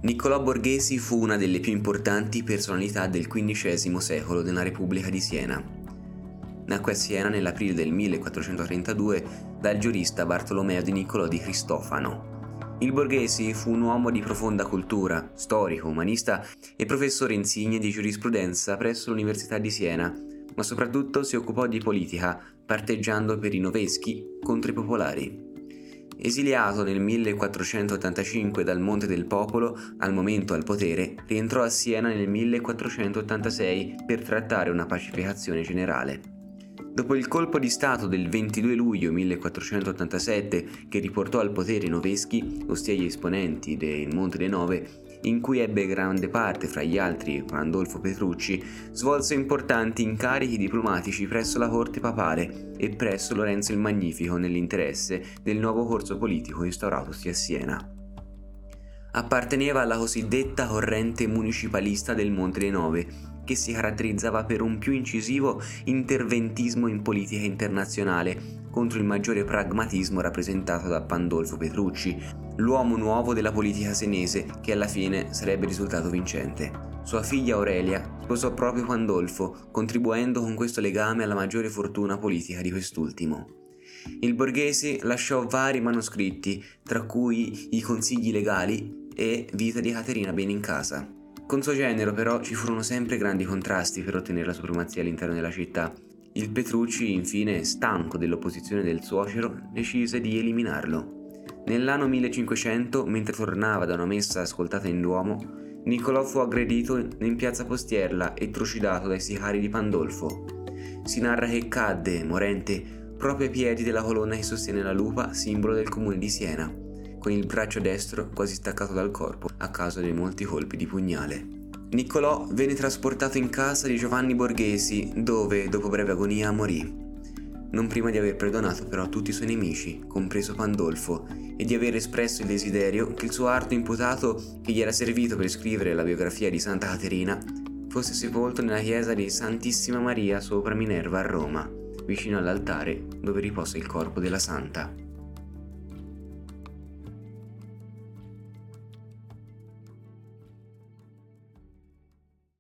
Niccolò Borghesi fu una delle più importanti personalità del XV secolo della Repubblica di Siena. Nacque a Siena nell'aprile del 1432 dal giurista Bartolomeo di Niccolò di Cristofano. Il Borghesi fu un uomo di profonda cultura, storico, umanista e professore insigne di giurisprudenza presso l'Università di Siena, ma soprattutto si occupò di politica, parteggiando per i Noveschi contro i popolari. Esiliato nel 1485 dal Monte del Popolo, al momento al potere, rientrò a Siena nel 1486 per trattare una pacificazione generale. Dopo il colpo di stato del 22 luglio 1487, che riportò al potere i Noveschi, ossia gli esponenti del Monte dei Nove, in cui ebbe grande parte, fra gli altri Pandolfo Petrucci, svolse importanti incarichi diplomatici presso la corte papale e presso Lorenzo il Magnifico nell'interesse del nuovo corso politico instauratosi a Siena. Apparteneva alla cosiddetta corrente municipalista del Monte dei Nove, che si caratterizzava per un più incisivo interventismo in politica internazionale contro il maggiore pragmatismo rappresentato da Pandolfo Petrucci, l'uomo nuovo della politica senese che alla fine sarebbe risultato vincente. Sua figlia Aurelia sposò proprio Pandolfo, contribuendo con questo legame alla maggiore fortuna politica di quest'ultimo. Il Borghesi lasciò vari manoscritti, tra cui i consigli legali e Vita di Caterina Benincasa. Con suo genero però ci furono sempre grandi contrasti per ottenere la supremazia all'interno della città. Il Petrucci, infine, stanco dell'opposizione del suocero, decise di eliminarlo. Nell'anno 1500, mentre tornava da una messa ascoltata in Duomo, Niccolò fu aggredito in piazza Postierla e trucidato dai sicari di Pandolfo. Si narra che cadde, morente, proprio ai piedi della colonna che sostiene la lupa, simbolo del comune di Siena, con il braccio destro quasi staccato dal corpo a causa dei molti colpi di pugnale. Niccolò venne trasportato in casa di Giovanni Borghesi, dove, dopo breve agonia, morì. Non prima di aver perdonato però tutti i suoi nemici, compreso Pandolfo, e di aver espresso il desiderio che il suo arto imputato, che gli era servito per scrivere la biografia di Santa Caterina, fosse sepolto nella chiesa di Santissima Maria sopra Minerva a Roma, vicino all'altare dove riposa il corpo della santa.